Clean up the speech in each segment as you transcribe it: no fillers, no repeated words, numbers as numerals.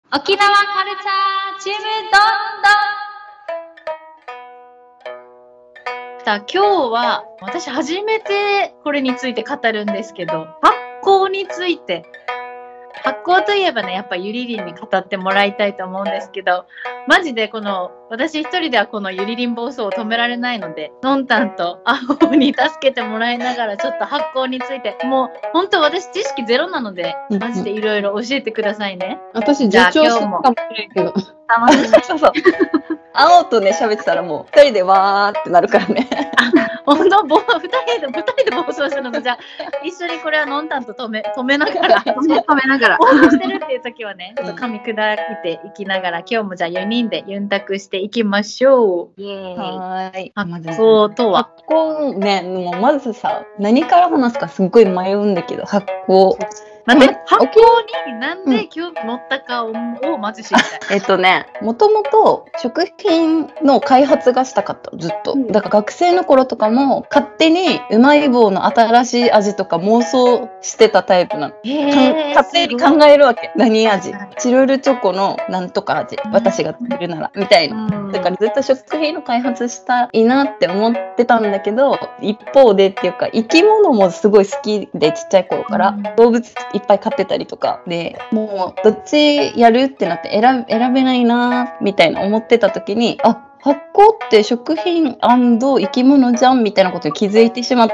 沖縄カルチャーチームどんどん。さあ今日は私初めてこれについて語るんですけど、発酵について。発酵といえばね、やっぱゆりりんに語ってもらいたいと思うんですけど、マジで私一人ではこのゆりりん暴走を止められないので、のんたんとアホに助けてもらいながらちょっと発酵について、もう本当私知識ゼロなので、マジでいろいろ教えてくださいね。 私助長するかもしれんけど。 楽しみ。 そうそう。青とね、喋ってたらもう、二人でわーってなるからね。 本当、二人で暴走するのも、じゃあ、一緒にこれはのんたんと止めながら、 止めながら。 暴走してるっていう時はね、ちょっと噛み砕いていきながら、今日もじゃあ4人でユンタクしていきましょう。 イエーイ。 はーい。 発酵とは。 発酵ね、もうまずさ、何から話すかすっごい迷うんだけど、発酵。 待って、発酵になんで興味持ったかをまず知りたい。 もともと食品の開発がしたかった、ずっと。だから学生の頃とかも勝手にうまい棒の新しい味とか妄想してたタイプなの。勝手に考えるわけ。何味？チロルチョコのなんとか味。私が作るなら。みたいな。だからずっと食品の開発したいなって思ってたんだけど、一方でっていうか、生き物もすごい好きでちっちゃい頃から、動物いっぱい飼ってたりとかで、もうどっちやるってなって選べないなみたいな思ってた時に、発酵って食品&生き物じゃんみたいなことに気づいてしまって、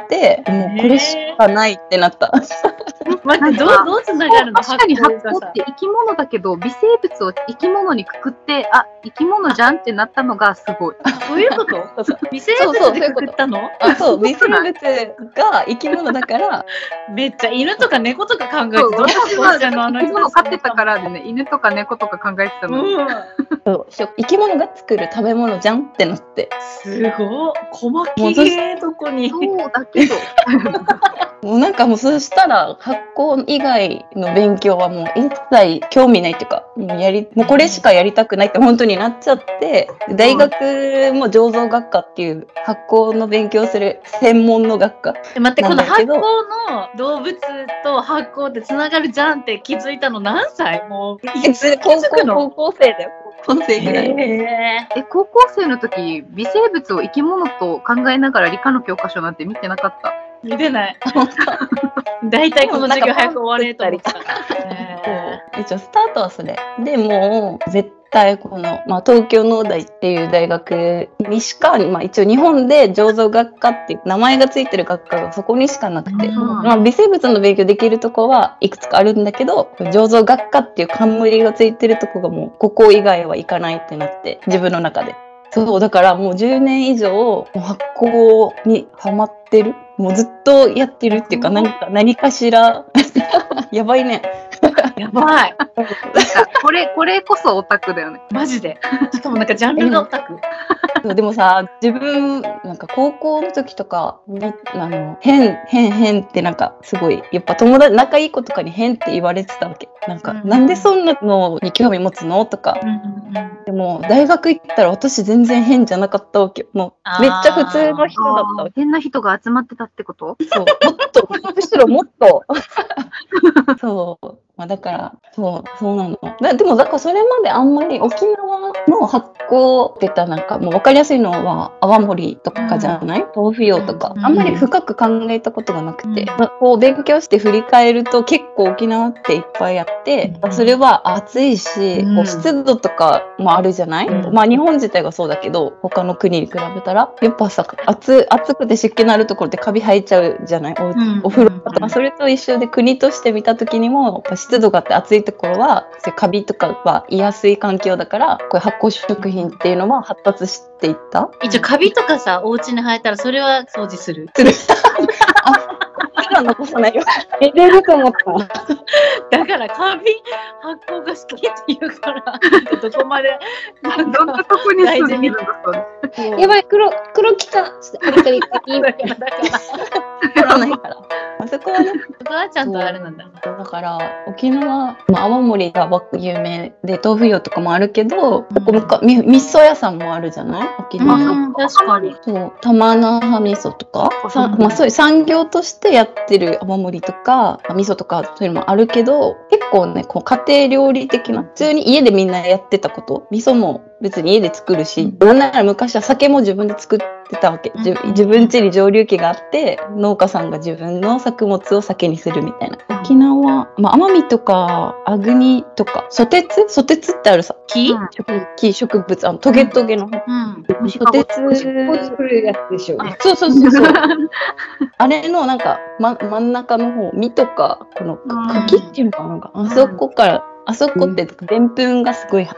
もうこれしかないってなった。 待って、どうつながるの？ 確かに発酵って生き物だけど、微生物を生き物にくくって、生き物じゃんってなったのがすごい。 そういうこと？微生物でくくったの？ そう、微生物が生き物だから。 めっちゃ犬とか猫とか考えて、 私は生き物飼ってたからでね、犬とか猫とか考えてたの。 そう、生き物が作る食べ物じゃんってなって。 すごい。細けいとこに。 そうだけど。 もうなんかもうそしたら発酵以外の勉強はもう一切興味ないっていうか、もうこれしかやりたくないって本当になっちゃって、大学も醸造学科っていう発酵の勉強する専門の学科。 待って、この発酵の動物と発酵ってつながるじゃんって気づいたの何歳？もう高校生だよ。高校生ぐらい。 高校生の時、微生物を生き物と考えながら理科の教科書なんて見てなかった。 見てない。だいたいこの授業早く終われと思った。 一応スタートはそれ。でも絶対この、東京農大っていう大学にしか、一応日本で醸造学科っていう名前がついてる学科がそこにしかなくて、微生物の勉強できるとこはいくつかあるんだけど、醸造学科っていう冠がついてるとこがもうここ以外は行かないってなって、自分の中で。そう、だからもう10年以上発酵にハマってる。もうずっとやってるっていうか、何かしら。やばいね。 やばい。 これこそオタクだよね。 マジで。しかもなんかジャンルがオタク。 でもさ、自分、なんか高校の時とかに、変ってなんかすごい、やっぱ仲いい子とかに変って言われてたわけ。なんでそんなのに興味持つのとか。でも、大学行ったら私全然変じゃなかったわけ。もう、めっちゃ普通の人だったわけ。 変な人が集まってたってこと？ そう、むしろもっと。そう。だから、そうなの。でも、だからそれまであんまり沖縄の発酵って言ったらもう分かりやすいのは泡盛とかじゃない？豆腐用とか。あんまり深く考えたことがなくて、こう勉強して振り返ると結構沖縄っていっぱいあって、それは暑いし、湿度とかもあるじゃない？日本自体がそうだけど、他の国に比べたら、やっぱさ、暑くて湿気のあるところってカビ生えちゃうじゃない？お風呂とか。それと一緒で国として見た時にも、やっぱ湿度があって暑いところはカビとかは居やすい環境だから、こういう発酵食品っていうのは発達していった。 一応カビとかさ、お家に生えたらそれは掃除する。 残さないよ。入れると思った。 だからカビ発酵が好きって言うから、どこまでどんなとこに住んでるんだそれ。 やばい、黒来た。カリカリカリ。だから取らないから。あそこはね、 そこはちゃんとあれなんだ。 だから沖縄、泡盛が有名で豆腐用とかもあるけど、味噌屋さんもあるじゃない？沖縄。 確かに。 そう、玉那覇味噌とか、そういう産業としてやっってる泡盛とか味噌とかそういうのもあるけど、結構ねこう家庭料理的な、普通に家でみんなやってたこと、味噌も別に家で作るし、なんなら昔は酒も自分で作ってたわけ。自分家に蒸留機があって農家さんが自分の作物を酒にするみたいな。沖縄、奄美とか粟国とかソテツってあるさ、 木？ 植物、トゲトゲのソテツを作るやつでしょ。 そうあれのなんか、真ん中の方、実とかこの茎っていうのかな、なんかあそこってでんぷんがすごいあって、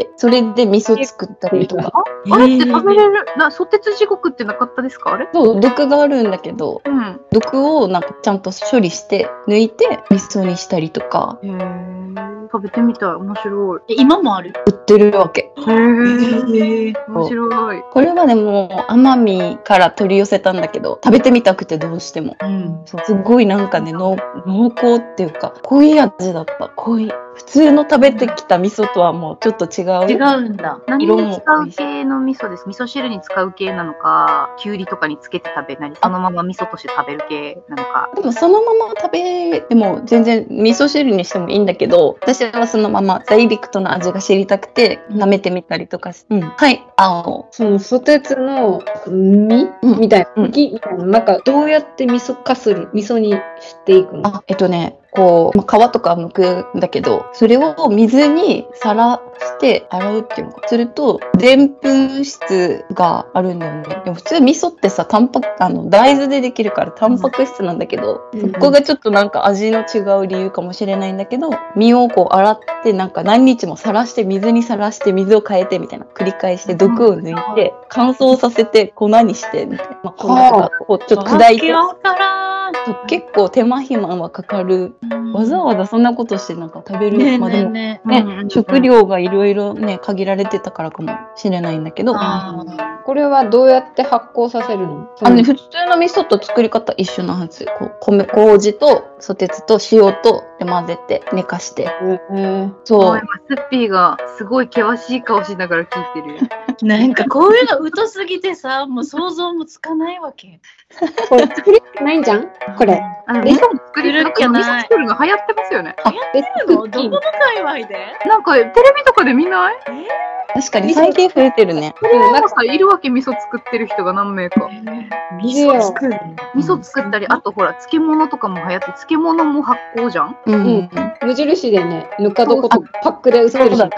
それで味噌作ったりとか。 あれって食べれるソテツ地獄ってなかったですか？あれ？ そう、毒があるんだけど、毒をなんかちゃんと処理して抜いて味噌にしたりとか。 食べてみたい。面白い。 今もある？ 売ってるわけ。 面白い。 これはね、もう奄美から取り寄せたんだけど、食べてみたくてどうしても。すごいなんかね、濃厚っていうか濃い味だった。濃い。普通の食べてきた味噌とはもうちょっと違う。 違うんだ。 何に使う系の味噌です？味噌汁に使う系なのか、きゅうりとかにつけて食べなり、そのまま味噌として食べる系なのか。 でもそのまま食べても全然味噌汁にしてもいいんだけど、私はそのままダイレクトな味が知りたくて舐めてみたりとかして。はい。 そのソテツの実みたいな、茎みたいな、なんかどうやって味噌にしていくの？ こう、皮とか剥くんだけど、それを水にさらして洗うっていうのか。すると、でんぷん質があるんだよね。でも普通味噌ってさ、大豆でできるからタンパク質なんだけど、そこがちょっとなんか味の違う理由かもしれないんだけど、身をこう洗って、なんか何日も水にさらして水を変えてみたいな。繰り返して毒を抜いて、乾燥させて粉にして、みたいな。粉とかこうちょっと砕いて。結構手間暇はかかる。わざわざそんなことしてなんか食べるまでも食料がいろいろね限られてたからかもしれないんだけど、 これはどうやって発酵させるの？ 普通の味噌と作り方一緒なはず。麹とソテツと塩とで混ぜて寝かして。 そう。スッピーがすごい険しい顔しながら聞いてる。 なんかこういうの疎すぎてさ、もう想像もつかないわけ。 これ作りないんじゃん？これ。 味噌作るの流行ってますよね。 流行ってるの？どこの界隈で？ なんかテレビとかで見ない？ 確かに最近増えてるね。 なんかさ、いるわけ、味噌作ってる人が何名か。 味噌作ったり、あとほら、漬物とかも流行って、漬物も発酵じゃん？ 無印でね、ぬか床とパックで売ってるじゃん。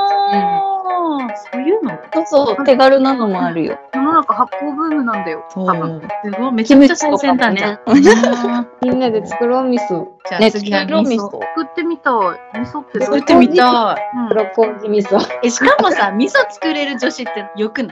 そういうの？ そう、手軽なのもあるよ。 世の中発酵ブームなんだよ。多分。 すごい、めちゃめちゃ最先端ね。 みんなで作ろう味噌。 じゃあ次は味噌。 作ってみたい。味噌って作ってみたい。 黒麹味噌。 しかもさ、味噌作れる女子ってよくない？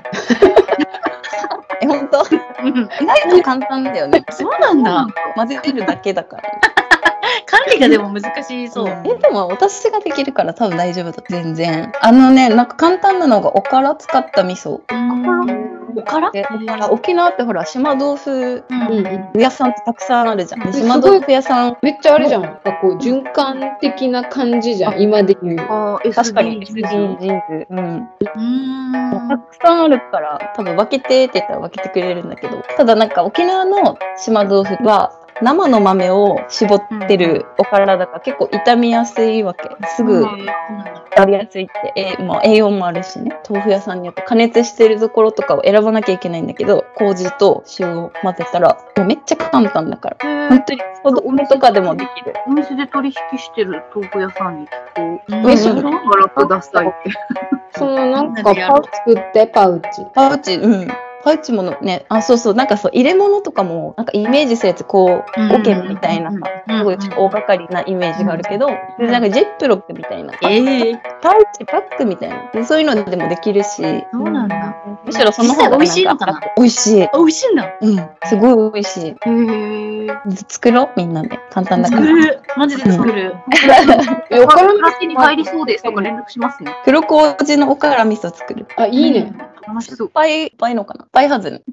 本当？意外と簡単だよね。 そうなんだ。 混ぜてるだけだから。 管理がでも難しそう。 でも私ができるから多分大丈夫だ。全然。なんか簡単なのがおから使った味噌。 おから沖縄ってほら島豆腐屋さんってたくさんあるじゃん。島豆腐屋さんめっちゃあるじゃん。なんかこう循環的な感じじゃん。今で言う。 確かに SDGs。たくさんあるから多分分けてって言ったら分けてくれるんだけど、ただなんか沖縄の島豆腐は生の豆を絞ってるおからだから結構傷みやすいわけ。すぐやりやすいって、栄養もあるしね。豆腐屋さんによって加熱してるところとかを選ばなきゃいけないんだけど、麹と塩を混ぜたらもうめっちゃ簡単だから。本当に子供とかでもできる。 お店で取引してる豆腐屋さんに聞こう。そのからくださいって。 そのなんかパウチ作ってパウチ。 パウチもね、そう、なんかそう、入れ物とかも、なんかイメージするやつ、こう、オケみたいなさ、すごいちょっと大掛かりなイメージがあるけど、なんかジェップロックみたいな。パウチ、パックみたいな。そういうのでもできるし。 そうなんだ。 むしろその方が美味しいのかな？ 美味しい。 美味しいんだ。 すごい美味しい。作ろう、みんなで。簡単だから。 作る。マジで作る。 おから手に入りそうですとか連絡しますね。 黒麹のおから味噌作る。 あ、いいね。 酸っぱいのかな？酸っぱいはずね。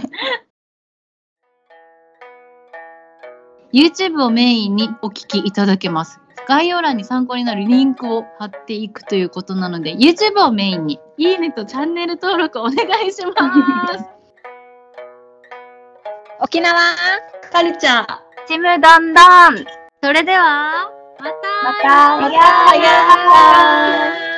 YouTube をメインにお聞きいただけます。概要欄に参考になるリンクを貼っていくということなので、YouTube をメインにいいねとチャンネル登録お願いします。 沖縄カルチャーちむどんどん。 それでは、またまた、 また、やー